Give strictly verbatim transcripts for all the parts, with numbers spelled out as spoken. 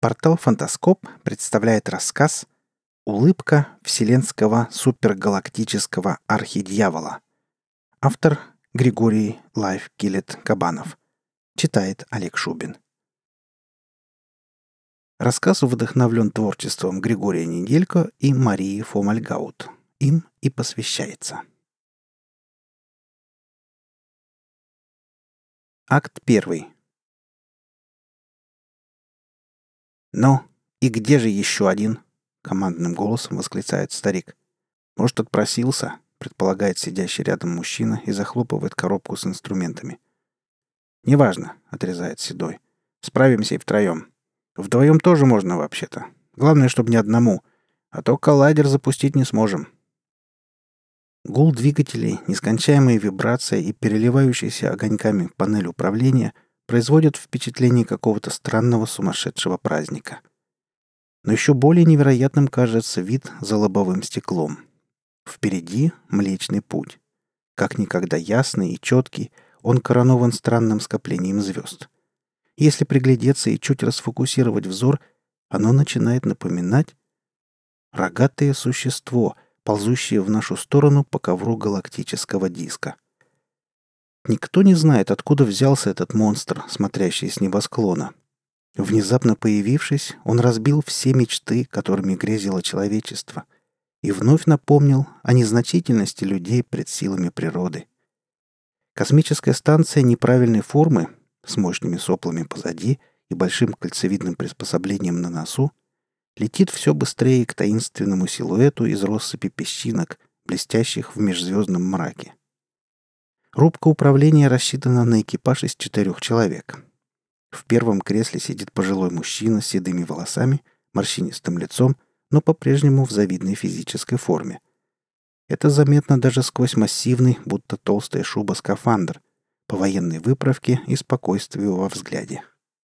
Портал «Фантаскоп» представляет рассказ «Улыбка вселенского супергалактического архидьявола». Автор Григорий Лайф Килет Кабанов. Читает Олег Шубин. Рассказ вдохновлен творчеством Григория Неделько и Марии Фомальгаут. Им и посвящается. Акт первый. «Ну, и где же еще один?» — командным голосом восклицает старик. «Может, отпросился?» — предполагает сидящий рядом мужчина и захлопывает коробку с инструментами. «Неважно», — отрезает Седой. «Справимся и втроем. Вдвоем тоже можно вообще-то. Главное, чтобы не одному. А то коллайдер запустить не сможем». Гул двигателей, нескончаемые вибрации и переливающиеся огоньками панель управления производят впечатление какого-то странного сумасшедшего праздника. Но еще более невероятным кажется вид за лобовым стеклом. Впереди Млечный Путь. Как никогда ясный и четкий, он коронован странным скоплением звезд. Если приглядеться и чуть расфокусировать взор, оно начинает напоминать рогатое существо, ползущее в нашу сторону по ковру галактического диска. Никто не знает, откуда взялся этот монстр, смотрящий с небосклона. Внезапно появившись, он разбил все мечты, которыми грезило человечество, и вновь напомнил о незначительности людей пред силами природы. Космическая станция неправильной формы, с мощными соплами позади и большим кольцевидным приспособлением на носу, летит все быстрее к таинственному силуэту из россыпи песчинок, блестящих в межзвездном мраке. Рубка управления рассчитана на экипаж из четырех человек. В первом кресле сидит пожилой мужчина с седыми волосами, морщинистым лицом, но по-прежнему в завидной физической форме. Это заметно даже сквозь массивный, будто толстая шуба-скафандр, по военной выправке и спокойствию во взгляде.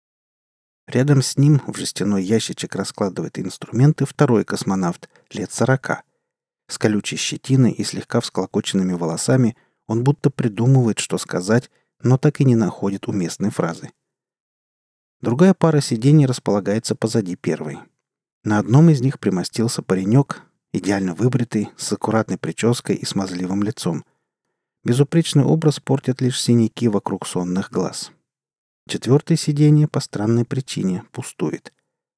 Рядом с ним в жестяной ящичек раскладывает инструменты второй космонавт, лет сорока. С колючей щетиной и слегка всклокоченными волосами он будто придумывает, что сказать, но так и не находит уместной фразы. Другая пара сидений располагается позади первой. На одном из них примостился паренек, идеально выбритый, с аккуратной прической и смазливым лицом. Безупречный образ портят лишь синяки вокруг сонных глаз. Четвертое сиденье по странной причине пустует.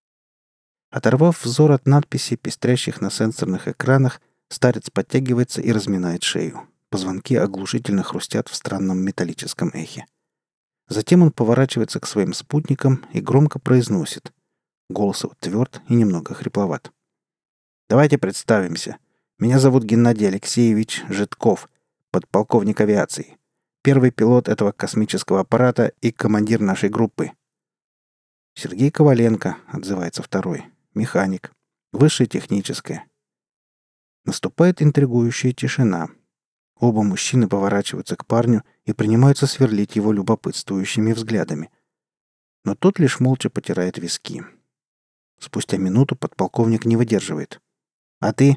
Оторвав взор от надписей, пестрящих на сенсорных экранах, старец подтягивается и разминает шею. Позвонки оглушительно хрустят в странном металлическом эхе. Затем он поворачивается к своим спутникам и громко произносит. Голос его тверд и немного хрипловат. «Давайте представимся. Меня зовут Геннадий Алексеевич Житков, подполковник авиации. Первый пилот этого космического аппарата и командир нашей группы». «Сергей Коваленко», — отзывается второй. «Механик. Высшее техническое». Наступает интригующая тишина. Оба мужчины поворачиваются к парню и принимаются сверлить его любопытствующими взглядами. Но тот лишь молча потирает виски. Спустя минуту подполковник не выдерживает. «А ты?»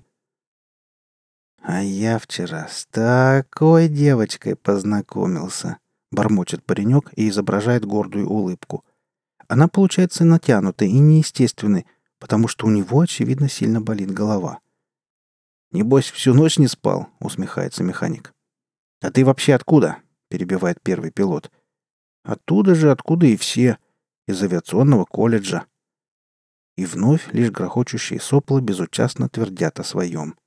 «А я вчера с такой девочкой познакомился», — бормочет паренек и изображает гордую улыбку. Она получается натянутой и неестественной, потому что у него, очевидно, сильно болит голова. «Небось, всю ночь не спал?» — усмехается механик. «А ты вообще откуда?» — перебивает первый пилот. «Оттуда же, откуда и все. Из авиационного колледжа». И вновь лишь грохочущие сопла безучастно твердят о своем.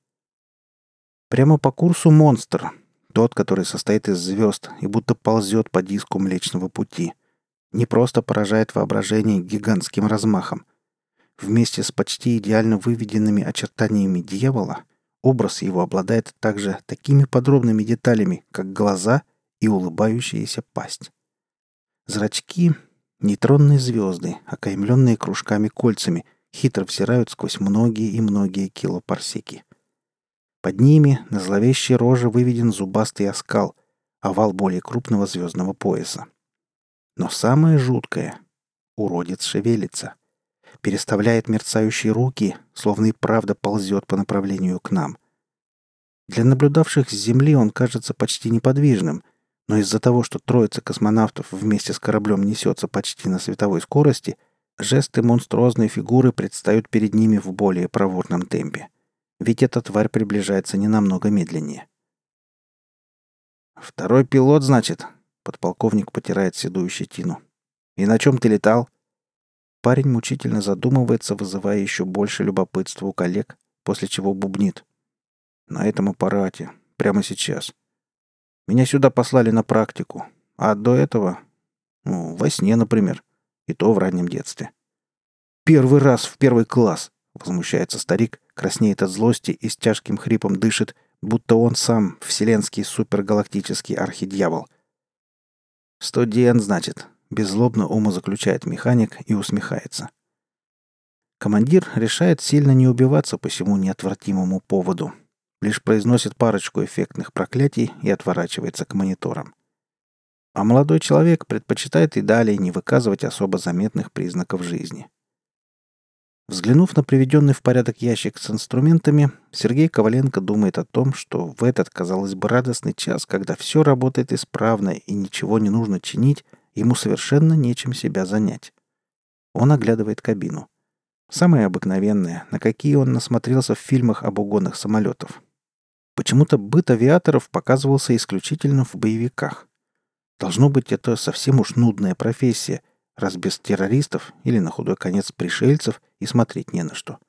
Прямо по курсу монстр, тот, который состоит из звезд и будто ползет по диску Млечного Пути. Не просто поражает воображение гигантским размахом. Вместе с почти идеально выведенными очертаниями дьявола образ его обладает также такими подробными деталями, как глаза и улыбающаяся пасть. Зрачки — нейтронные звезды, окаймленные кружками-кольцами, хитро взирают сквозь многие и многие килопарсеки. Под ними на зловещей роже выведен зубастый оскал, овал более крупного звездного пояса. Но самое жуткое — уродец шевелится. Переставляет мерцающие руки, словно и правда ползет по направлению к нам. Для наблюдавших с Земли он кажется почти неподвижным, но из-за того, что троица космонавтов вместе с кораблем несется почти на световой скорости, Жесты монструозной фигуры предстают перед ними в более проворном темпе. Ведь эта тварь приближается не намного медленнее. «Второй пилот, значит?» — подполковник потирает седую щетину. «И на чем ты летал?» Парень мучительно задумывается, вызывая еще больше любопытства у коллег, после чего бубнит. «На этом аппарате. Прямо сейчас. Меня сюда послали на практику. А до этого... Ну, во сне, например. И то в раннем детстве». «Первый раз в первый класс!» — возмущается старик, краснеет от злости и с тяжким хрипом дышит, будто он сам вселенский супергалактический архидьявол. «Студент, значит», — беззлобно умозаключает механик и усмехается. Командир решает сильно не убиваться по всему неотвратимому поводу. Лишь произносит парочку эффектных проклятий и отворачивается к мониторам. А молодой человек предпочитает и далее не выказывать особо заметных признаков жизни. Взглянув на приведенный в порядок ящик с инструментами, Сергей Коваленко думает о том, что в этот, казалось бы, радостный час, когда все работает исправно и ничего не нужно чинить, ему совершенно нечем себя занять. Он оглядывает кабину. Самая обыкновенная, на какие он насмотрелся в фильмах об угонах самолетов. Почему-то быт авиаторов показывался исключительно в боевиках. Должно быть, это совсем уж нудная профессия, раз без террористов или, на худой конец, пришельцев и смотреть не на что.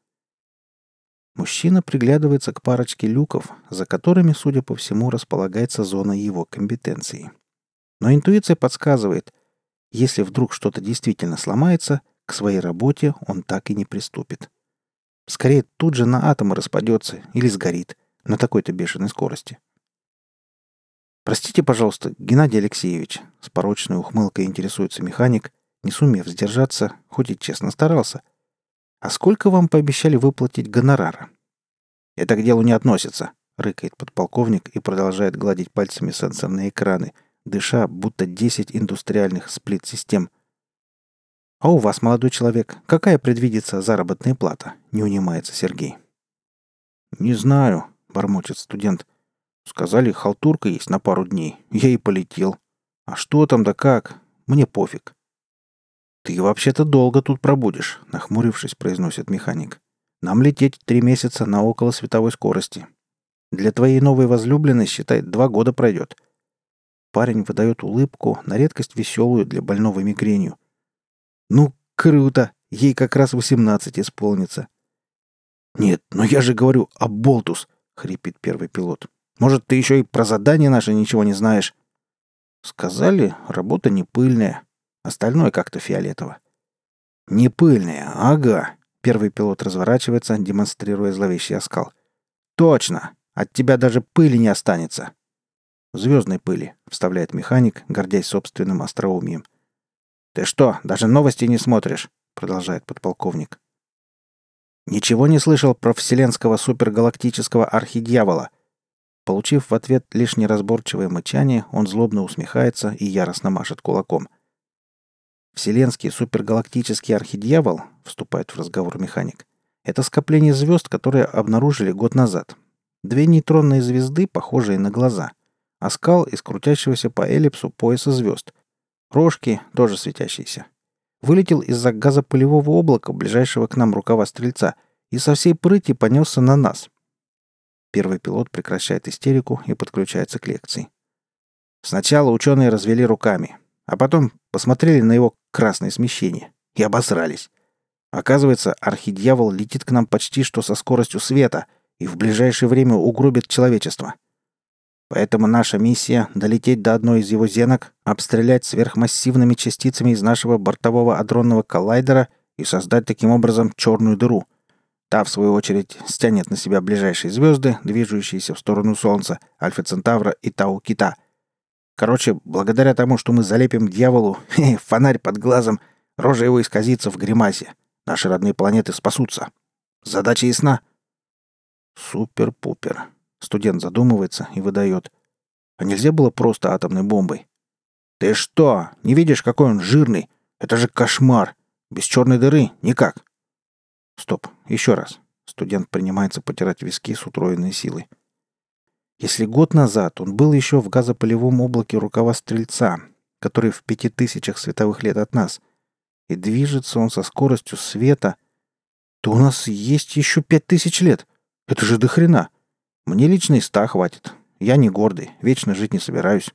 Мужчина приглядывается к парочке люков, за которыми, судя по всему, располагается зона его компетенции. Но интуиция подсказывает, если вдруг что-то действительно сломается, к своей работе он так и не приступит. Скорее, тут же на атомы распадется или сгорит на такой-то бешеной скорости. «Простите, пожалуйста, Геннадий Алексеевич», — с порочной ухмылкой интересуется механик, не сумев сдержаться, хоть и честно старался. «А сколько вам пообещали выплатить гонорара?» «Это к делу не относится», — рыкает подполковник и продолжает гладить пальцами сенсорные экраны, дыша, будто десять индустриальных сплит-систем. «А у вас, молодой человек, какая предвидится заработная плата?» — не унимается Сергей. «Не знаю», — бормочет студент. «Сказали, халтурка есть на пару дней. Я и полетел. А что там да как? Мне пофиг». «Ты вообще-то долго тут пробудешь», — нахмурившись, произносит механик. «Нам лететь три месяца на околосветовой скорости. Для твоей новой возлюбленной, считай, два года пройдет». Парень выдает улыбку, на редкость веселую для больного мигренью. «Ну, круто! Ей как раз восемнадцать исполнится». «Нет, но я же говорю, оболтус!» — хрипит первый пилот. «Может, ты еще и про задание наше ничего не знаешь?» «Сказали, работа не пыльная. Остальное как-то фиолетово». «Не пыльная, ага!» — первый пилот разворачивается, демонстрируя зловещий оскал. «Точно! От тебя даже пыли не останется!» «Звездной пыли», — вставляет механик, гордясь собственным остроумием. «Ты что, даже новости не смотришь?» — продолжает подполковник. «Ничего не слышал про вселенского супергалактического архидьявола?» Получив в ответ лишь неразборчивое мычание, он злобно усмехается и яростно машет кулаком. «Вселенский супергалактический архидьявол», — вступает в разговор механик, — «это скопление звезд, которые обнаружили год назад. Две нейтронные звезды, похожие на глаза. Оскал из крутящегося по эллипсу пояса звезд. Рожки, тоже светящиеся. Вылетел из-за газопылевого облака ближайшего к нам рукава стрельца и со всей прыти понесся на нас». Первый пилот прекращает истерику и подключается к лекции. Сначала ученые развели руками, а потом посмотрели на его красное смещение и обосрались. Оказывается, архидьявол летит к нам почти что со скоростью света и в ближайшее время угробит человечество. Поэтому наша миссия — долететь до одной из его зенок, обстрелять сверхмассивными частицами из нашего бортового адронного коллайдера и создать таким образом черную дыру. Та, в свою очередь, стянет на себя ближайшие звезды, движущиеся в сторону Солнца, Альфа Центавра и Тау Кита. Короче, благодаря тому, что мы залепим дьяволу хе, фонарь под глазом, рожа его исказится в гримасе. Наши родные планеты спасутся. Задача ясна? Супер-пупер. Студент задумывается и выдает. А нельзя было просто атомной бомбой? Ты что, не видишь, какой он жирный? Это же кошмар. Без черной дыры никак. Стоп, еще раз. Студент принимается потирать виски с утроенной силой. Если год назад он был еще в газопылевом облаке рукава стрельца, который в пяти тысячах световых лет от нас, и движется он со скоростью света, то у нас есть еще пять тысяч лет. Это же до хрена. Мне лично и ста хватит. Я не гордый, вечно жить не собираюсь.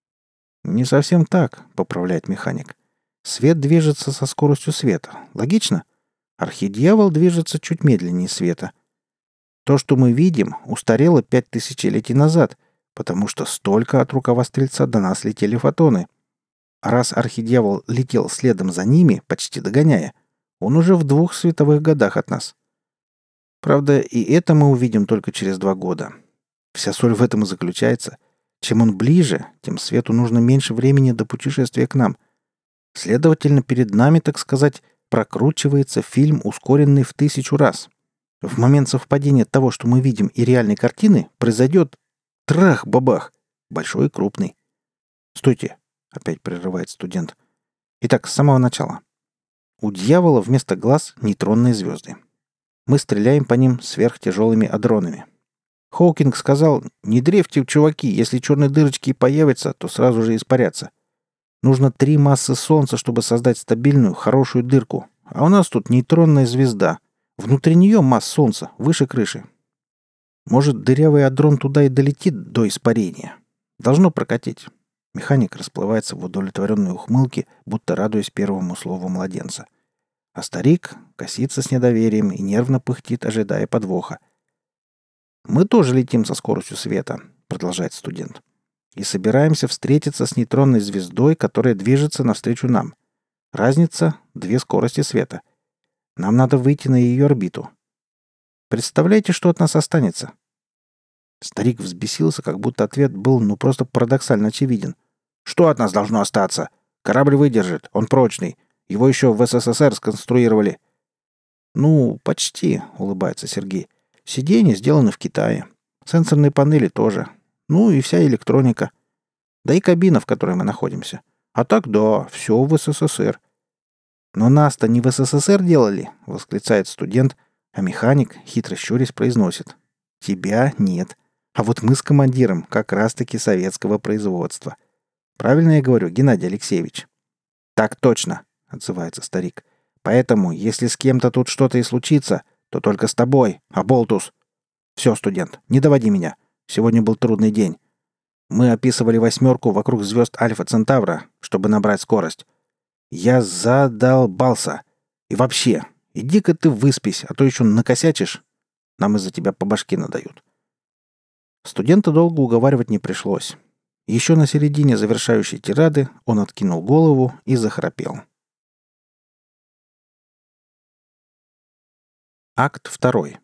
Не совсем так, поправляет механик. Свет движется со скоростью света. Логично? Архидьявол движется чуть медленнее света. То, что мы видим, устарело пять тысячелетий назад, потому что столько от рукава стрельца до нас летели фотоны. А раз архидьявол летел следом за ними, почти догоняя, он уже в двух световых годах от нас. Правда, и это мы увидим только через два года. Вся соль в этом и заключается. Чем он ближе, тем свету нужно меньше времени до путешествия к нам. Следовательно, перед нами, так сказать, прокручивается фильм, ускоренный в тысячу раз. В момент совпадения того, что мы видим, и реальной картины, произойдет трах-бабах, большой и крупный. «Стойте!» — опять прерывает студент. Итак, с самого начала. У дьявола вместо глаз нейтронные звезды. Мы стреляем по ним сверхтяжелыми адронами. Хоукинг сказал: «Не дрейфьте, чуваки, если черные дырочки и появятся, то сразу же испарятся. Нужно три массы Солнца, чтобы создать стабильную, хорошую дырку. А у нас тут нейтронная звезда. Внутри нее масса Солнца, выше крыши. Может, дырявый адрон туда и долетит до испарения. Должно прокатить». Механик расплывается в удовлетворенной ухмылке, будто радуясь первому слову младенца. А старик косится с недоверием и нервно пыхтит, ожидая подвоха. «Мы тоже летим со скоростью света», — продолжает студент. «И собираемся встретиться с нейтронной звездой, которая движется навстречу нам. Разница — две скорости света. Нам надо выйти на ее орбиту. Представляете, что от нас останется?» Старик взбесился, как будто ответ был ну просто парадоксально очевиден. «Что от нас должно остаться? Корабль выдержит, он прочный. Его еще в СССР сконструировали». «Ну, почти», — улыбается Сергей. «Сиденья сделаны в Китае. Сенсорные панели тоже. Ну и вся электроника. Да и кабина, в которой мы находимся. А так да, все в СССР». «Но нас-то не в СССР делали», — восклицает студент, а механик, хитро щурясь, произносит. «Тебя нет. А вот мы с командиром как раз-таки советского производства. Правильно я говорю, Геннадий Алексеевич?» «Так точно», — отзывается старик. «Поэтому, если с кем-то тут что-то и случится, то только с тобой, оболтус. Все, студент, не доводи меня. Сегодня был трудный день. Мы описывали восьмерку вокруг звезд Альфа Центавра, чтобы набрать скорость. Я задолбался. И вообще, иди-ка ты выспись, а то еще накосячишь. Нам из-за тебя по башке надают». Студента долго уговаривать не пришлось. Еще на середине завершающей тирады он откинул голову и захрапел. Акт второй.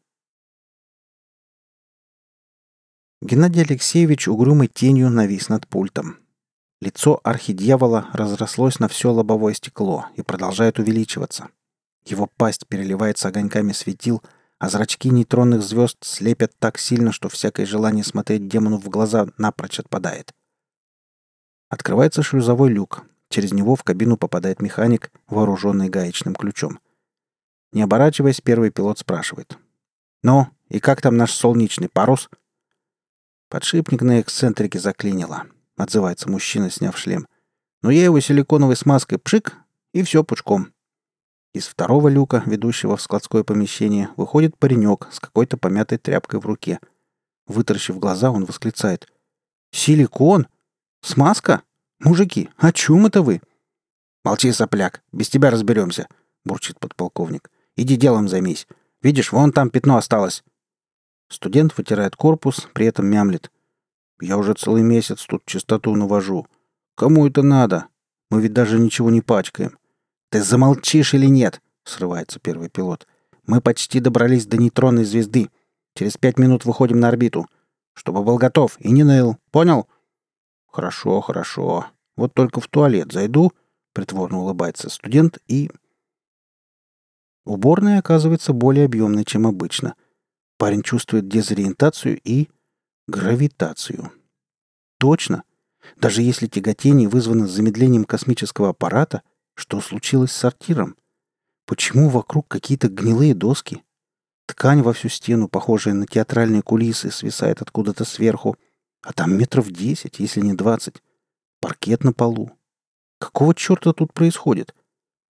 Геннадий Алексеевич угрюмой тенью навис над пультом. Лицо архидьявола разрослось на все лобовое стекло и продолжает увеличиваться. Его пасть переливается огоньками светил, а зрачки нейтронных звезд слепят так сильно, что всякое желание смотреть демону в глаза напрочь отпадает. Открывается шлюзовой люк. Через него в кабину попадает механик, вооруженный гаечным ключом. Не оборачиваясь, первый пилот спрашивает. «Ну, и как там наш солнечный парус?» «Подшипник на эксцентрике заклинило», — отзывается мужчина, сняв шлем. «Но я его силиконовой смазкой пшик, и все пучком». Из второго люка, ведущего в складское помещение, выходит паренек с какой-то помятой тряпкой в руке. Вытаращив глаза, он восклицает. «Силикон? Смазка? Мужики, о чем это вы?» «Молчи, сопляк, без тебя разберемся», — бурчит подполковник. «Иди делом займись. Видишь, вон там пятно осталось». Студент вытирает корпус, при этом мямлит. «Я уже целый месяц тут чистоту навожу. Кому это надо? Мы ведь даже ничего не пачкаем». «Ты замолчишь или нет?» — срывается первый пилот. «Мы почти добрались до нейтронной звезды. Через пять минут выходим на орбиту. Чтобы был готов и не ныл. Понял?» «Хорошо, хорошо. Вот только в туалет зайду», — притворно улыбается студент и... Уборная оказывается более объемной, чем обычно. Парень чувствует дезориентацию и... гравитацию. Точно. Даже если тяготение вызвано замедлением космического аппарата, что случилось с сортиром? Почему вокруг какие-то гнилые доски? Ткань во всю стену, похожая на театральные кулисы, свисает откуда-то сверху. А там метров десять, если не двадцать. Паркет на полу. Какого черта тут происходит?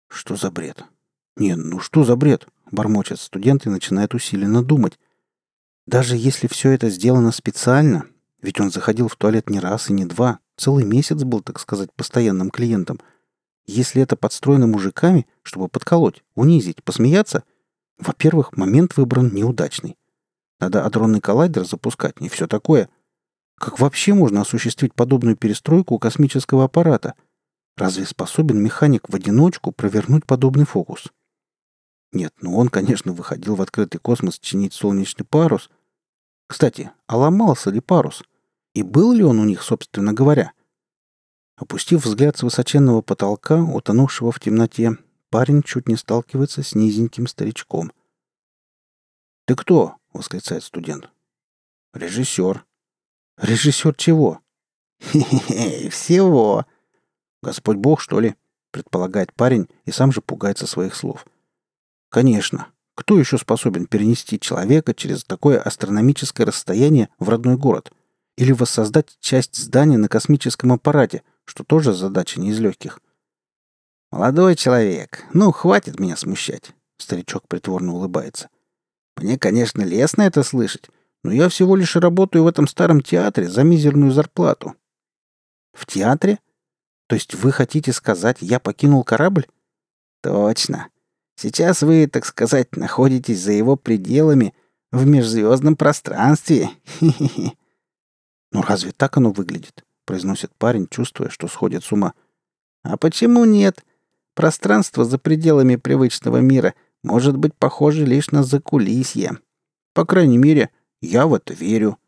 Что за бред? Не, ну что за бред? Бормочет студент и начинает усиленно думать. Даже если все это сделано специально, ведь он заходил в туалет не раз и не два, целый месяц был, так сказать, постоянным клиентом. Если это подстроено мужиками, чтобы подколоть, унизить, посмеяться, во-первых, момент выбран неудачный. Надо адронный коллайдер запускать, не все такое. Как вообще можно осуществить подобную перестройку у космического аппарата? Разве способен механик в одиночку провернуть подобный фокус? Нет, ну он, конечно, выходил в открытый космос чинить солнечный парус. Кстати, а ломался ли парус? И был ли он у них, собственно говоря? Опустив взгляд с высоченного потолка, утонувшего в темноте, парень чуть не сталкивается с низеньким старичком. «Ты кто?» — восклицает студент. «Режиссер». «Режиссер чего?» «Хе-хе-хе, всего». «Господь Бог, что ли?» — предполагает парень и сам же пугается своих слов. «Конечно. Кто еще способен перенести человека через такое астрономическое расстояние в родной город? Или воссоздать часть здания на космическом аппарате, что тоже задача не из легких?» «Молодой человек, ну, хватит меня смущать», — старичок притворно улыбается. «Мне, конечно, лестно это слышать, но я всего лишь работаю в этом старом театре за мизерную зарплату». «В театре? То есть вы хотите сказать, я покинул корабль?» «Точно. Сейчас вы, так сказать, находитесь за его пределами в межзвездном пространстве. Хе-хе-хе». «Ну разве так оно выглядит?» — произносит парень, чувствуя, что сходит с ума. «А почему нет? Пространство за пределами привычного мира может быть похоже лишь на закулисье. По крайней мере, я в это верю».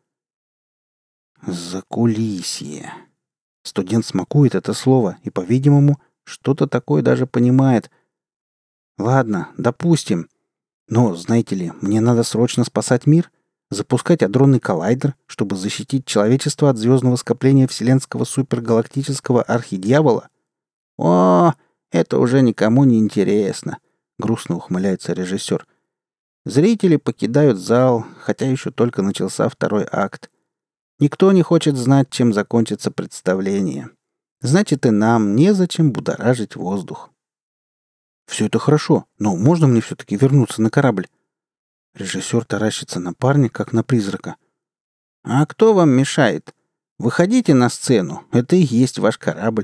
«Закулисье». Студент смакует это слово и, по-видимому, что-то такое даже понимает. «Ладно, допустим. Но, знаете ли, мне надо срочно спасать мир, запускать адронный коллайдер, чтобы защитить человечество от звездного скопления вселенского супергалактического архидьявола. О, это уже никому не интересно», — грустно ухмыляется режиссер. «Зрители покидают зал, хотя еще только начался второй акт. Никто не хочет знать, чем закончится представление. Значит, и нам незачем будоражить воздух». «Все это хорошо, но можно мне все-таки вернуться на корабль?» Режиссер таращится на парня, как на призрака. «А кто вам мешает? Выходите на сцену, это и есть ваш корабль».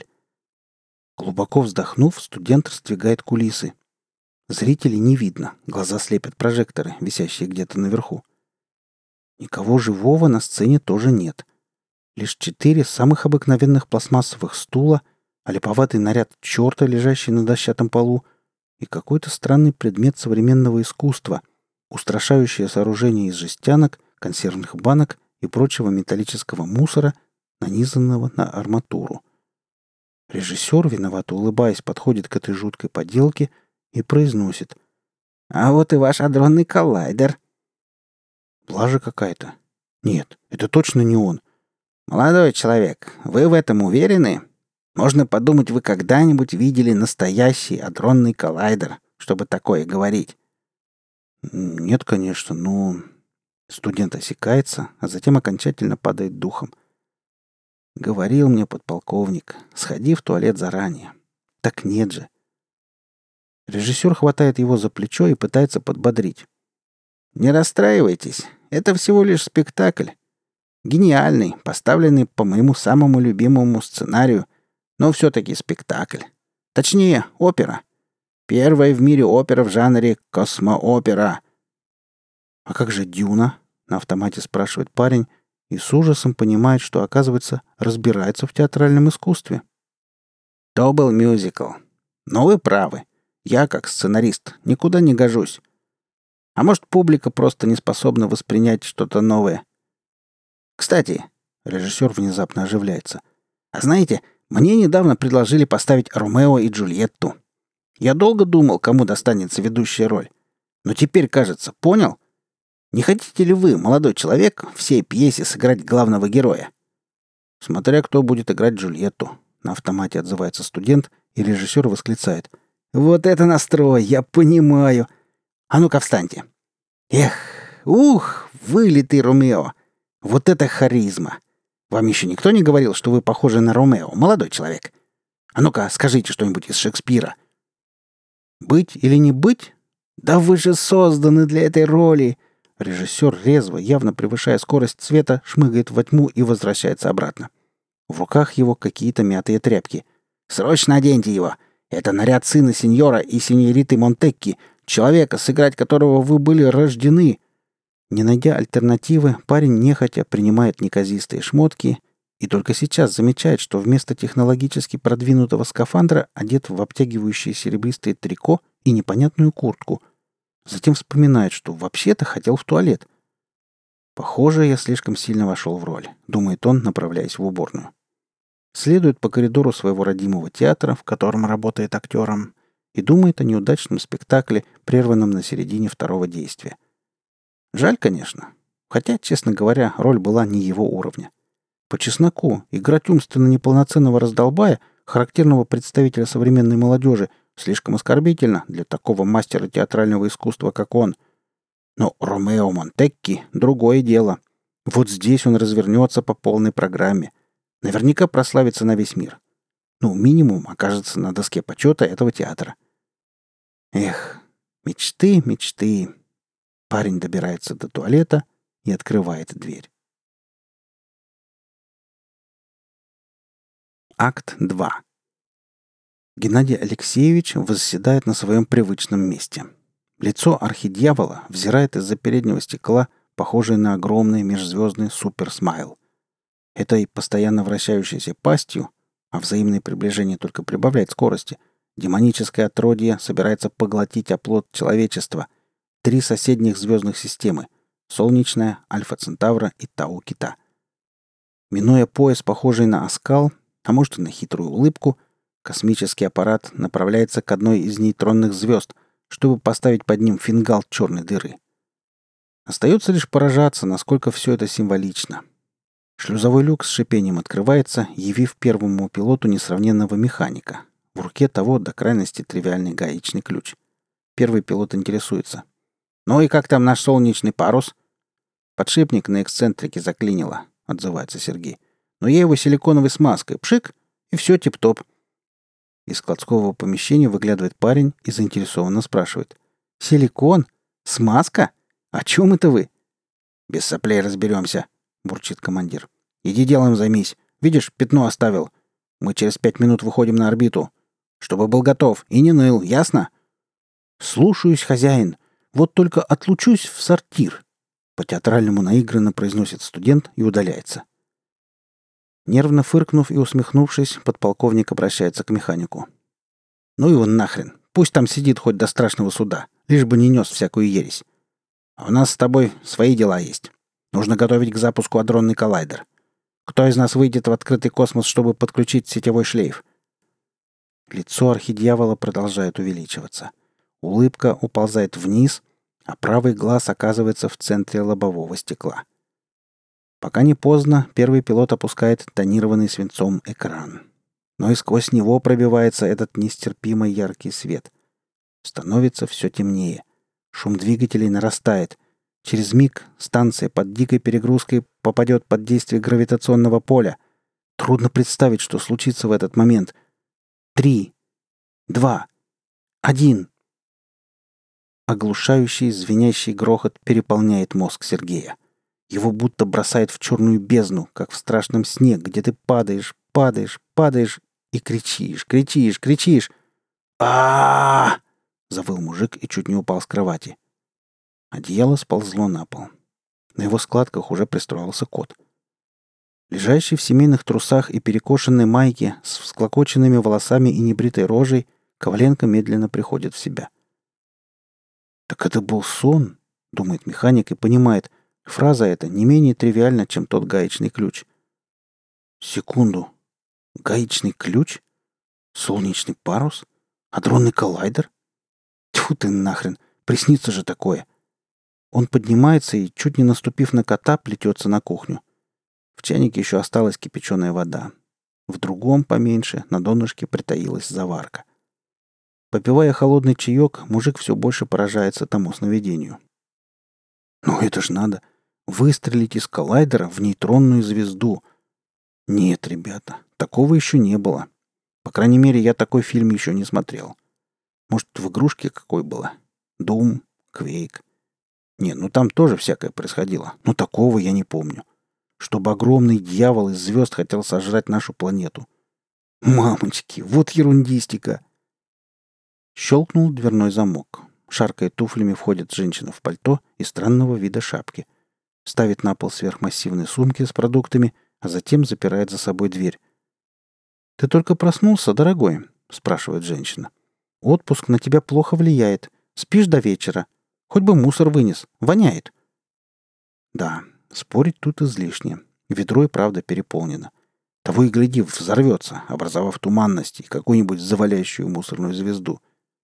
Глубоко вздохнув, студент раздвигает кулисы. Зрителей не видно, глаза слепят прожекторы, висящие где-то наверху. Никого живого на сцене тоже нет. Лишь четыре самых обыкновенных пластмассовых стула, а липоватый наряд черта, лежащий на дощатом полу, и какой-то странный предмет современного искусства, устрашающее сооружение из жестянок, консервных банок и прочего металлического мусора, нанизанного на арматуру. Режиссер, виновато улыбаясь, подходит к этой жуткой поделке и произносит: «А вот и ваш адронный коллайдер». Блажа какая-то. Нет, это точно не он. «Молодой человек, вы в этом уверены? Можно подумать, вы когда-нибудь видели настоящий адронный коллайдер, чтобы такое говорить». «Нет, конечно, но...» Студент осекается, а затем окончательно падает духом. «Говорил мне подполковник, сходи в туалет заранее». Так нет же. Режиссер хватает его за плечо и пытается подбодрить. «Не расстраивайтесь, это всего лишь спектакль. Гениальный, поставленный по моему самому любимому сценарию, но все-таки спектакль. Точнее, опера. Первая в мире опера в жанре космоопера». «А как же Дюна?» — на автомате спрашивает парень и с ужасом понимает, что, оказывается, разбирается в театральном искусстве. «То был мюзикл. Но вы правы. Я, как сценарист, никуда не гожусь. А может, публика просто не способна воспринять что-то новое. Кстати, режиссер внезапно оживляется. А знаете, мне недавно предложили поставить Ромео и Джульетту. Я долго думал, кому достанется ведущая роль. Но теперь, кажется, понял. Не хотите ли вы, молодой человек, всей пьесе сыграть главного героя?» «Смотря кто будет играть Джульетту», — на автомате отзывается студент, и режиссер восклицает. «Вот это настрой, я понимаю. А ну-ка встаньте. Эх, ух, вылитый Ромео. Вот это харизма. Вам еще никто не говорил, что вы похожи на Ромео, молодой человек? А ну-ка, скажите что-нибудь из Шекспира». Быть или не быть? Да вы же созданы для этой роли! Режиссер резво, явно превышая скорость света, шмыгает во тьму и возвращается обратно. В руках его какие-то мятые тряпки. «Срочно оденьте его! Это наряд сына сеньора и сеньориты Монтекки, человека, сыграть которого вы были рождены!» Не найдя альтернативы, парень нехотя принимает неказистые шмотки и только сейчас замечает, что вместо технологически продвинутого скафандра одет в обтягивающее серебристое трико и непонятную куртку. Затем вспоминает, что вообще-то хотел в туалет. «Похоже, я слишком сильно вошел в роль», — думает он, направляясь в уборную. Следует по коридору своего родимого театра, в котором работает актером, и думает о неудачном спектакле, прерванном на середине второго действия. Жаль, конечно. Хотя, честно говоря, роль была не его уровня. По чесноку, играть умственно неполноценного раздолбая, характерного представителя современной молодежи, слишком оскорбительно для такого мастера театрального искусства, как он. Но Ромео Монтекки — другое дело. Вот здесь он развернется по полной программе. Наверняка прославится на весь мир. Ну, минимум окажется на доске почета этого театра. Эх, мечты, мечты. Парень добирается до туалета и открывает дверь. Акт два. Геннадий Алексеевич восседает на своем привычном месте. Лицо архидьявола взирает из-за переднего стекла, похожее на огромный межзвездный суперсмайл. Этой постоянно вращающейся пастью, а взаимное приближение только прибавляет скорости, демоническое отродье собирается поглотить оплот человечества. Три соседних звездных системы — Солнечная, Альфа Центавра и Тау Кита. Минуя пояс, похожий на оскал, а может и на хитрую улыбку, космический аппарат направляется к одной из нейтронных звезд, чтобы поставить под ним фингал черной дыры. Остается лишь поражаться, насколько все это символично. Шлюзовой люк с шипением открывается, явив первому пилоту несравненного механика. В руке того до крайности тривиальный гаечный ключ. Первый пилот интересуется. «Ну и как там наш солнечный парус?» «Подшипник на эксцентрике заклинило», — отзывается Сергей. «Но я его силиконовой смазкой. Пшик, и все тип-топ». Из складского помещения выглядывает парень и заинтересованно спрашивает. «Силикон? Смазка? О чем это вы?» «Без соплей разберемся», — бурчит командир. «Иди делом займись. Видишь, пятно оставил. Мы через пять минут выходим на орбиту. Чтобы был готов и не ныл, ясно?» «Слушаюсь, хозяин. Вот только отлучусь в сортир», — по-театральному наигранно произносит студент и удаляется. Нервно фыркнув и усмехнувшись, подполковник обращается к механику. «Ну его нахрен. Пусть там сидит хоть до страшного суда, лишь бы не нес всякую ересь. А у нас с тобой свои дела есть. Нужно готовить к запуску адронный коллайдер. Кто из нас выйдет в открытый космос, чтобы подключить сетевой шлейф?» Лицо архидьявола продолжает увеличиваться. Улыбка уползает вниз, а правый глаз оказывается в центре лобового стекла. Пока не поздно, первый пилот опускает тонированный свинцом экран. Но и сквозь него пробивается этот нестерпимо яркий свет. Становится все темнее. Шум двигателей нарастает. Через миг станция под дикой перегрузкой попадет под действие гравитационного поля. Трудно представить, что случится в этот момент. Три, два, один. Оглушающий, звенящий грохот переполняет мозг Сергея. Его будто бросает в черную бездну, как в страшном сне, где ты падаешь, падаешь, падаешь и кричишь, кричишь, кричишь. а завыл мужик и чуть не упал с кровати. Одеяло сползло на пол. На его складках уже пристроился кот. Лежащий в семейных трусах и перекошенной майке, с всклокоченными волосами и небритой рожей, Коваленко медленно приходит в себя. «Так это был сон», — думает механик и понимает, фраза эта не менее тривиальна, чем тот гаечный ключ. Секунду. Гаечный ключ? Солнечный парус? Адронный коллайдер? Тьфу ты нахрен, приснится же такое. Он поднимается и, чуть не наступив на кота, плетется на кухню. В чайнике еще осталась кипяченая вода. В другом, поменьше, на донышке притаилась заварка. Попивая холодный чаек, мужик все больше поражается тому сновидению. Ну это ж надо. Выстрелить из коллайдера в нейтронную звезду. Нет, ребята, такого еще не было. По крайней мере, я такой фильм еще не смотрел. Может, в игрушке какой было? Doom, Quake. Не, ну там тоже всякое происходило. Но такого я не помню. Чтобы огромный дьявол из звезд хотел сожрать нашу планету. Мамочки, вот ерундистика. Щелкнул дверной замок. Шаркая туфлями, входит женщина в пальто и странного вида шапки. Ставит на пол сверхмассивные сумки с продуктами, а затем запирает за собой дверь. «Ты только проснулся, дорогой?» — спрашивает женщина. «Отпуск на тебя плохо влияет. Спишь до вечера. Хоть бы мусор вынес. Воняет». Да, спорить тут излишне. Ведро и правда переполнено. Того и гляди, взорвется, образовав туманность и какую-нибудь заваляющую мусорную звезду.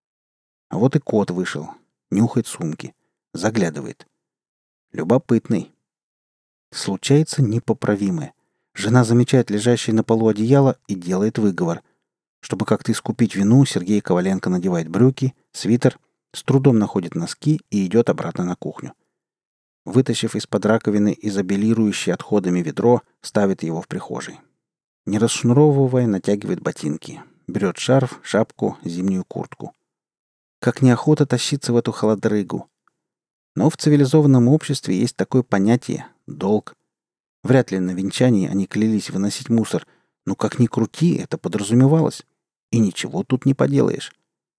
А вот и кот вышел. Нюхает сумки. Заглядывает. Любопытный. Случается непоправимое. Жена замечает лежащее на полу одеяло и делает выговор. Чтобы как-то искупить вину, Сергей Коваленко надевает брюки, свитер, с трудом находит носки и идет обратно на кухню. Вытащив из-под раковины изобилирующее отходами ведро, ставит его в прихожей. Не расшнуровывая, натягивает ботинки. Берет шарф, шапку, зимнюю куртку. Как неохота тащиться в эту холодрыгу. Но в цивилизованном обществе есть такое понятие — долг. Вряд ли на венчании они клялись выносить мусор, но как ни крути, это подразумевалось. И ничего тут не поделаешь.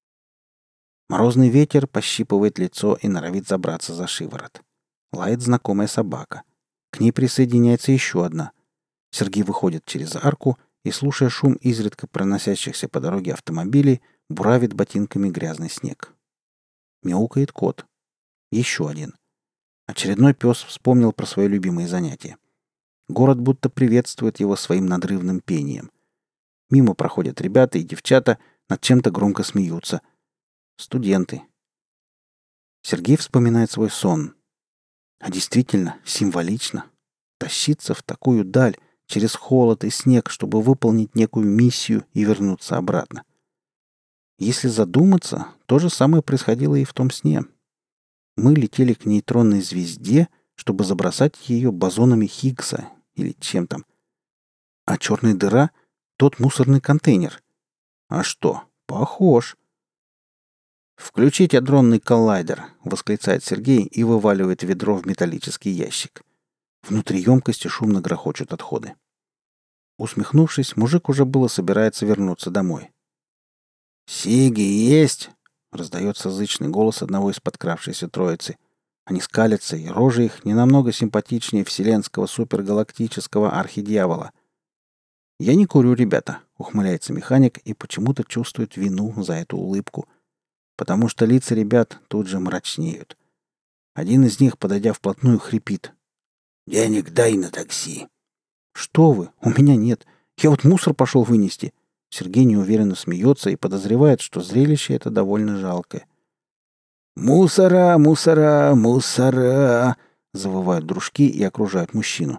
Морозный ветер пощипывает лицо и норовит забраться за шиворот. Лает знакомая собака. К ней присоединяется еще одна. Сергей выходит через арку и, слушая шум изредка проносящихся по дороге автомобилей, буравит ботинками грязный снег. Мяукает кот. Еще один. Очередной пес вспомнил про свое любимое занятие. Город будто приветствует его своим надрывным пением. Мимо проходят ребята и девчата, над чем-то громко смеются. Студенты. Сергей вспоминает свой сон. А действительно, символично. Тащиться в такую даль, через холод и снег, чтобы выполнить некую миссию и вернуться обратно. Если задуматься, то же самое происходило и в том сне. Мы летели к нейтронной звезде, чтобы забросать ее бозонами Хиггса или чем там. А черная дыра — тот мусорный контейнер. А что? Похож. «Включить адронный коллайдер», — восклицает Сергей и вываливает ведро в металлический ящик. Внутри емкости шумно грохочут отходы. Усмехнувшись, мужик уже было собирается вернуться домой. «Сиги есть?» — раздается зычный голос одного из подкравшейся троицы. Они скалятся, и рожи их не намного симпатичнее вселенского супергалактического архидьявола. «Я не курю, ребята», — ухмыляется механик и почему-то чувствует вину за эту улыбку. Потому что лица ребят тут же мрачнеют. Один из них, подойдя вплотную, хрипит. «Денег дай на такси». «Что вы? У меня нет. Я вот мусор пошел вынести». Сергей неуверенно смеется и подозревает, что зрелище это довольно жалкое. «Мусора, мусора, мусора!» — завывают дружки и окружают мужчину.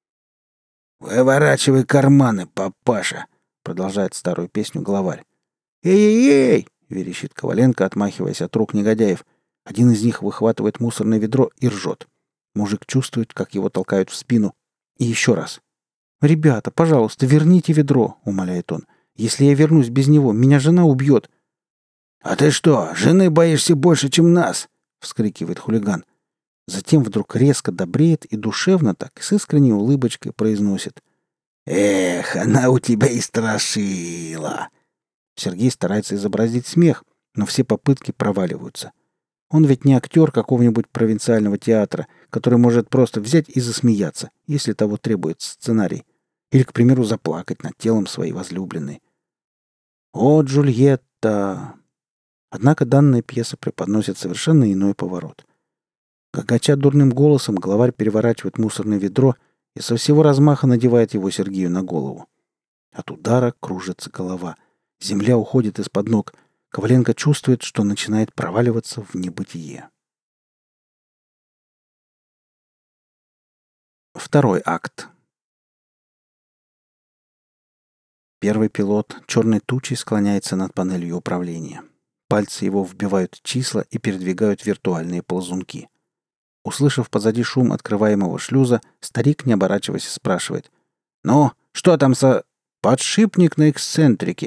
«Выворачивай карманы, папаша!» — продолжает старую песню главарь. «Эй-эй-эй!» — верещит Коваленко, отмахиваясь от рук негодяев. Один из них выхватывает мусорное ведро и ржет. Мужик чувствует, как его толкают в спину. И еще раз. «Ребята, пожалуйста, верните ведро!» — умоляет он. «Если я вернусь без него, меня жена убьет!» «А ты что, жены боишься больше, чем нас?» — вскрикивает хулиган. Затем вдруг резко добреет и душевно так, с искренней улыбочкой произносит. «Эх, она у тебя и страшила!» Сергей старается изобразить смех, но все попытки проваливаются. Он ведь не актер какого-нибудь провинциального театра, который может просто взять и засмеяться, если того требует сценарий. Или, к примеру, заплакать над телом своей возлюбленной. О, Джульетта! Однако данная пьеса преподносит совершенно иной поворот. Гагача дурным голосом, главарь переворачивает мусорное ведро и со всего размаха надевает его Сергею на голову. От удара кружится голова. Земля уходит из-под ног. Коваленко чувствует, что начинает проваливаться в небытие. Второй акт. Первый пилот черной тучей склоняется над панелью управления. Пальцы его вбивают числа и передвигают виртуальные ползунки. Услышав позади шум открываемого шлюза, старик, не оборачиваясь, спрашивает. «Ну, что там со...» «Подшипник на эксцентрике»,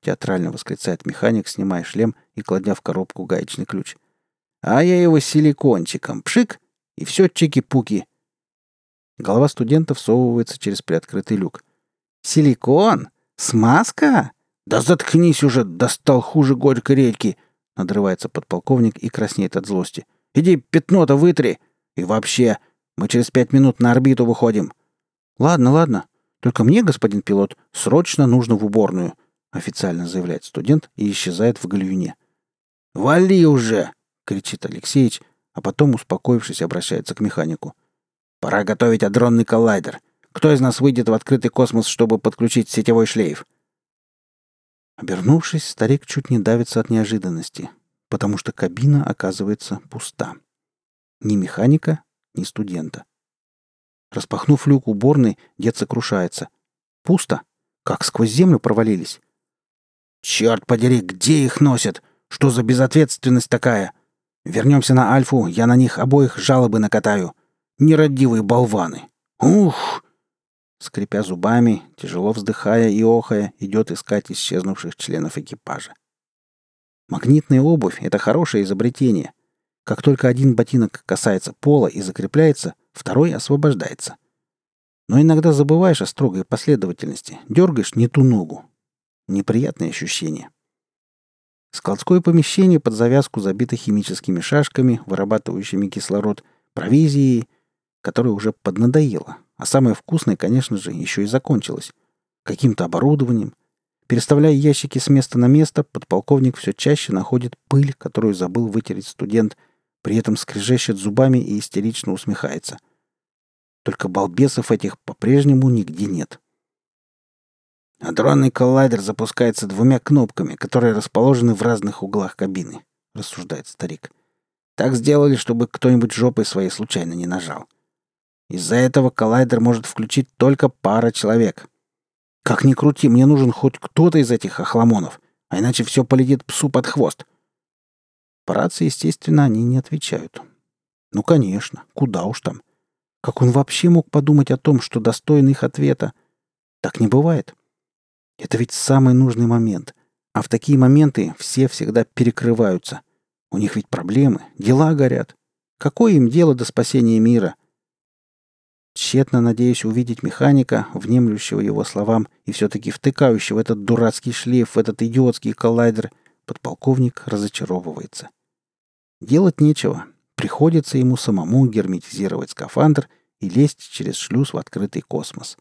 театрально восклицает механик, снимая шлем и кладя в коробку гаечный ключ. «А я его силикончиком. Пшик! И все чики-пуки!» Голова студента всовывается через приоткрытый люк. «Силикон? Смазка? Да заткнись уже, достал хуже горькой редьки!» Надрывается подполковник и краснеет от злости. «Иди пятно-то вытри! И вообще, мы через пять минут на орбиту выходим!» «Ладно, ладно. Только мне, господин пилот, срочно нужно в уборную», официально заявляет студент и исчезает в гальюне. «Вали уже!» — кричит Алексеич, а потом, успокоившись, обращается к механику. «Пора готовить адронный коллайдер. Кто из нас выйдет в открытый космос, чтобы подключить сетевой шлейф?» Обернувшись, старик чуть не давится от неожиданности, потому что кабина оказывается пуста. Ни механика, ни студента. Распахнув люк уборной, дед сокрушается. Пусто. Как сквозь землю провалились. «Черт подери, где их носят? Что за безответственность такая? Вернемся на Альфу, я на них обоих жалобы накатаю. Нерадивые болваны. Ух!» Скрипя зубами, тяжело вздыхая и охая, идет искать исчезнувших членов экипажа. Магнитная обувь — это хорошее изобретение. Как только один ботинок касается пола и закрепляется, второй освобождается. Но иногда забываешь о строгой последовательности, дергаешь не ту ногу. Неприятное ощущение. Складское помещение под завязку забито химическими шашками, вырабатывающими кислород, провизией, которая уже поднадоела. А самое вкусное, конечно же, еще и закончилось. Каким-то оборудованием. Переставляя ящики с места на место, подполковник все чаще находит пыль, которую забыл вытереть студент, при этом скрежещет зубами и истерично усмехается. Только балбесов этих по-прежнему нигде нет. «Адронный коллайдер запускается двумя кнопками, которые расположены в разных углах кабины», — рассуждает старик. «Так сделали, чтобы кто-нибудь жопой своей случайно не нажал. Из-за этого коллайдер может включить только пара человек. Как ни крути, мне нужен хоть кто-то из этих охламонов, а иначе все полетит псу под хвост». По рации, естественно, они не отвечают. Ну, конечно, куда уж там. Как он вообще мог подумать о том, что достоин их ответа? Так не бывает. Это ведь самый нужный момент. А в такие моменты все всегда перекрываются. У них ведь проблемы, дела горят. Какое им дело до спасения мира? Тщетно надеюсь увидеть механика, внемлющего его словам и все-таки втыкающего этот дурацкий шлейф в этот идиотский коллайдер, подполковник разочаровывается. Делать нечего. Приходится ему самому герметизировать скафандр и лезть через шлюз в открытый космос.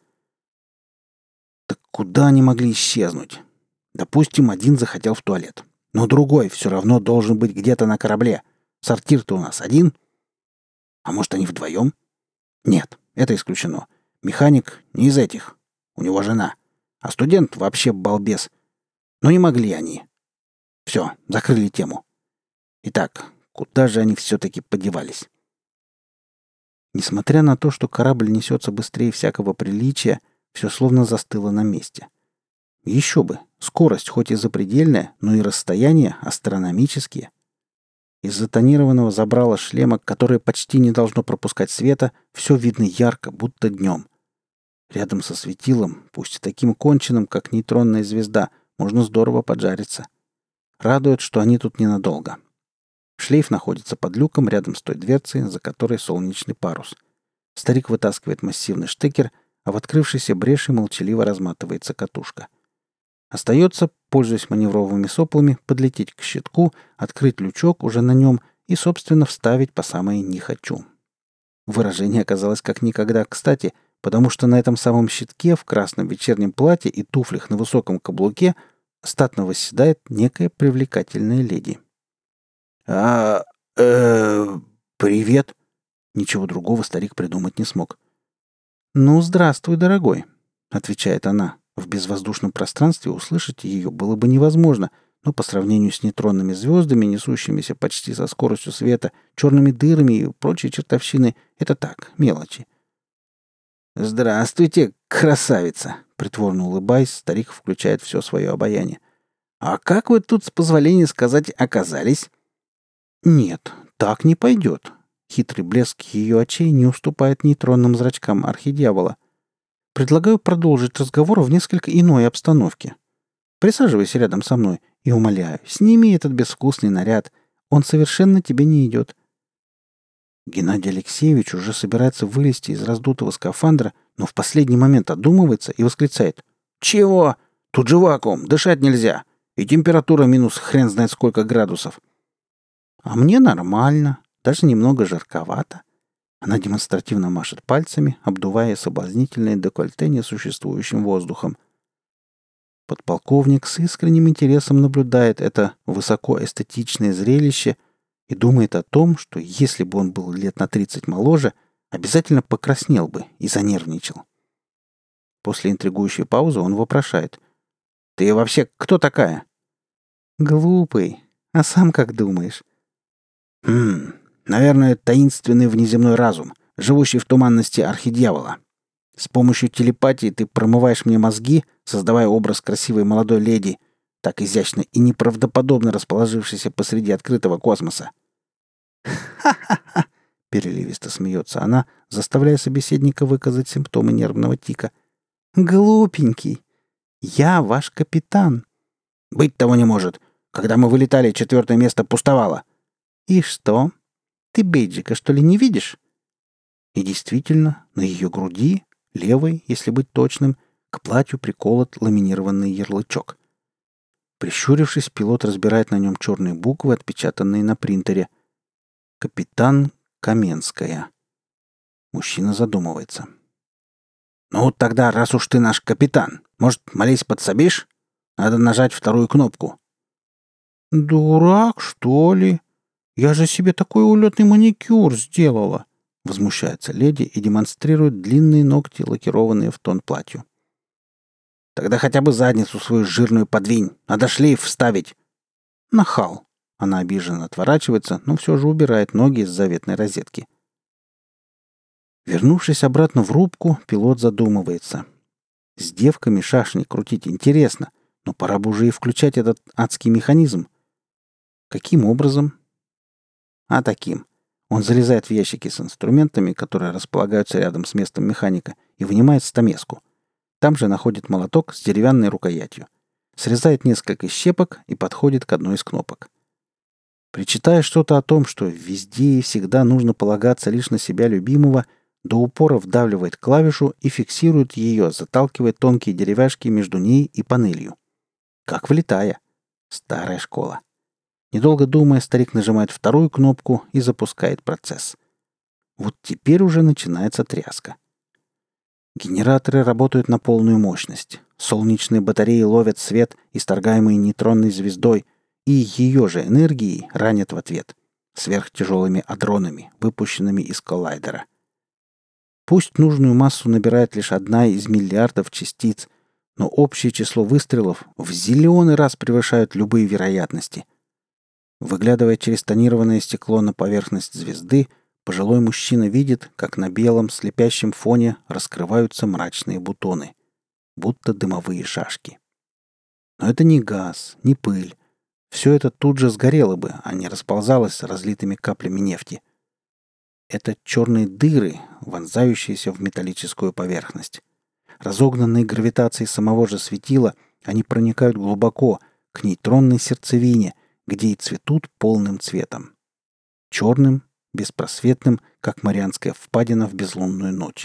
Так куда они могли исчезнуть? Допустим, один захотел в туалет. Но другой все равно должен быть где-то на корабле. Сортир-то у нас один. А может, они вдвоем? Нет, это исключено. Механик не из этих. У него жена. А студент вообще балбес. Но не могли они. Все, закрыли тему. Итак, куда же они все-таки подевались? Несмотря на то, что корабль несется быстрее всякого приличия, все словно застыло на месте. Еще бы, скорость хоть и запредельная, но и расстояния астрономические. Из-за тонированного забрала шлема, которое почти не должно пропускать света, все видно ярко, будто днем. Рядом со светилом, пусть таким конченным, как нейтронная звезда, можно здорово поджариться. Радует, что они тут ненадолго. Шлейф находится под люком рядом с той дверцей, за которой солнечный парус. Старик вытаскивает массивный штекер, а в открывшейся бреши молчаливо разматывается катушка. Остается, пользуясь маневровыми соплами, подлететь к щитку, открыть лючок уже на нем и, собственно, вставить по самое «не хочу». Выражение оказалось как никогда кстати, потому что на этом самом щитке в красном вечернем платье и туфлях на высоком каблуке статно восседает некая привлекательная леди. «А... э... привет!» Ничего другого старик придумать не смог. «Ну, здравствуй, дорогой», — отвечает она. В безвоздушном пространстве услышать ее было бы невозможно, но по сравнению с нейтронными звездами, несущимися почти со скоростью света, черными дырами и прочей чертовщиной, это так, мелочи. «Здравствуйте, красавица!» — притворно улыбаясь, старик включает все свое обаяние. «А как вы тут, с позволения сказать, оказались?» «Нет, так не пойдет». Хитрый блеск ее очей не уступает нейтронным зрачкам архидьявола. «Предлагаю продолжить разговор в несколько иной обстановке. Присаживайся рядом со мной и умоляю, сними этот безвкусный наряд. Он совершенно тебе не идет». Геннадий Алексеевич уже собирается вылезти из раздутого скафандра, но в последний момент одумывается и восклицает: «Чего? Тут же вакуум, дышать нельзя. И температура минус хрен знает сколько градусов». «А мне нормально, даже немного жарковато». Она демонстративно машет пальцами, обдувая соблазнительное декольте несуществующим воздухом. Подполковник с искренним интересом наблюдает это высокоэстетичное зрелище и думает о том, что если бы он был лет на тридцать моложе, обязательно покраснел бы и занервничал. После интригующей паузы он вопрошает: «Ты вообще кто такая?» «Глупый. А сам как думаешь?» «Хм, наверное, таинственный внеземной разум, живущий в туманности архидьявола. С помощью телепатии ты промываешь мне мозги, создавая образ красивой молодой леди, так изящно и неправдоподобно расположившейся посреди открытого космоса». «Ха-ха-ха!» — переливисто смеется она, заставляя собеседника выказать симптомы нервного тика. «Глупенький! Я ваш капитан!» «Быть того не может! Когда мы вылетали, четвертое место пустовало!» «И что? Ты бейджика, что ли, не видишь?» И действительно, на ее груди, левой, если быть точным, к платью приколот ламинированный ярлычок. Прищурившись, пилот разбирает на нем черные буквы, отпечатанные на принтере. «Капитан Каменская». Мужчина задумывается. «Ну, тогда, раз уж ты наш капитан, может, молись подсобишь? Надо нажать вторую кнопку». «Дурак, что ли? Я же себе такой улетный маникюр сделала!» Возмущается леди и демонстрирует длинные ногти, лакированные в тон платью. «Тогда хотя бы задницу свою жирную подвинь. Надо шлейф вставить». «Нахал». Она обиженно отворачивается, но все же убирает ноги из заветной розетки. Вернувшись обратно в рубку, пилот задумывается. С девками шашни крутить интересно, но пора бы уже и включать этот адский механизм. Каким образом? А таким. Он залезает в ящики с инструментами, которые располагаются рядом с местом механика, и вынимает стамеску. Там же находит молоток с деревянной рукоятью. Срезает несколько щепок и подходит к одной из кнопок. Причитая что-то о том, что везде и всегда нужно полагаться лишь на себя любимого, до упора вдавливает клавишу и фиксирует ее, заталкивая тонкие деревяшки между ней и панелью. Как влетая. Старая школа. Недолго думая, старик нажимает вторую кнопку и запускает процесс. Вот теперь уже начинается тряска. Генераторы работают на полную мощность. Солнечные батареи ловят свет, исторгаемый нейтронной звездой, и ее же энергией ранят в ответ сверхтяжелыми адронами, выпущенными из коллайдера. Пусть нужную массу набирает лишь одна из миллиардов частиц, но общее число выстрелов в зиллионы раз превышают любые вероятности. Выглядывая через тонированное стекло на поверхность звезды, пожилой мужчина видит, как на белом слепящем фоне раскрываются мрачные бутоны, будто дымовые шашки. Но это не газ, не пыль. Все это тут же сгорело бы, а не расползалось разлитыми каплями нефти. Это черные дыры, вонзающиеся в металлическую поверхность. Разогнанные гравитацией самого же светила, они проникают глубоко, к нейтронной сердцевине, где и цветут полным цветом. Черным, беспросветным, как Марианская впадина в безлунную ночь.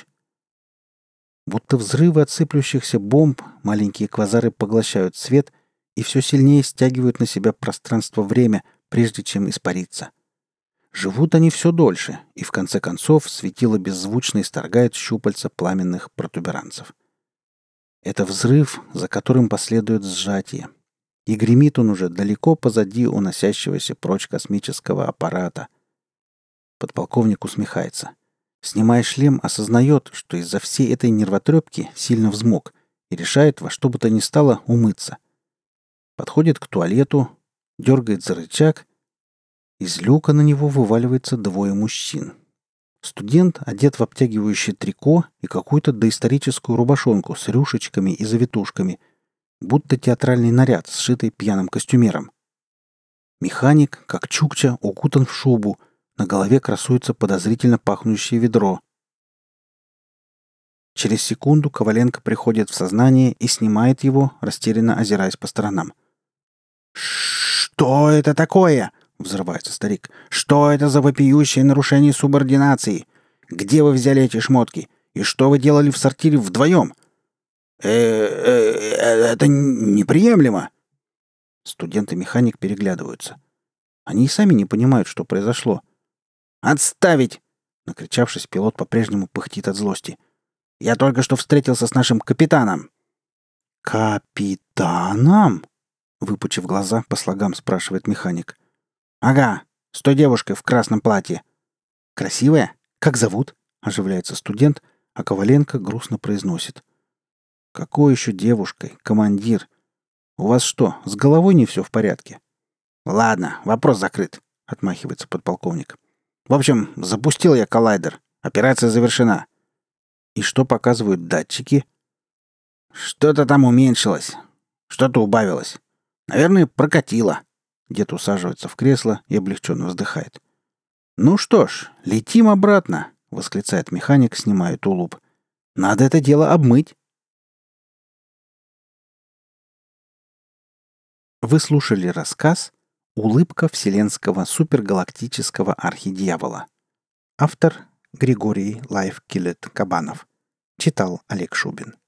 Будто взрывы от сыплющихся бомб, маленькие квазары поглощают свет и все сильнее стягивают на себя пространство-время, прежде чем испариться. Живут они все дольше, и в конце концов светило беззвучно исторгает щупальца пламенных протуберанцев. Это взрыв, за которым последует сжатие. И гремит он уже далеко позади уносящегося прочь космического аппарата. Подполковник усмехается. Снимая шлем, осознает, что из-за всей этой нервотрепки сильно взмок и решает во что бы то ни стало умыться. Подходит к туалету, дергает за рычаг. Из люка на него вываливается двое мужчин. Студент одет в обтягивающее трико и какую-то доисторическую рубашонку с рюшечками и завитушками, будто театральный наряд, сшитый пьяным костюмером. Механик, как чукча, укутан в шубу, на голове красуется подозрительно пахнущее ведро. Через секунду Коваленко приходит в сознание и снимает его, растерянно озираясь по сторонам. «Что это такое?» — взрывается старик. «Что это за вопиющее нарушение субординации? Где вы взяли эти шмотки? И что вы делали в сортире вдвоем?» э э это неприемлемо!» Студент и механик переглядываются. Они и сами не понимают, что произошло. «Отставить!» — накричавшись, пилот по-прежнему пыхтит от злости. «Я только что встретился с нашим капитаном!» «Капитаном?» — выпучив глаза, по слогам спрашивает механик. «Ага, с той девушкой в красном платье». «Красивая? Как зовут?» — оживляется студент, а Коваленко грустно произносит. «Какой еще девушкой, командир? У вас что, с головой не все в порядке?» «Ладно, вопрос закрыт», — отмахивается подполковник. «В общем, запустил я коллайдер. Операция завершена». «И что показывают датчики?» «Что-то там уменьшилось. Что-то убавилось. Наверное, прокатило». Дед усаживается в кресло и облегченно вздыхает. «Ну что ж, летим обратно», — восклицает механик, снимая тулуп. «Надо это дело обмыть». Вы слушали рассказ «Улыбка вселенского супергалактического архидьявола». Автор Григорий Лайфкилет Кабанов. Читал Олег Шубин.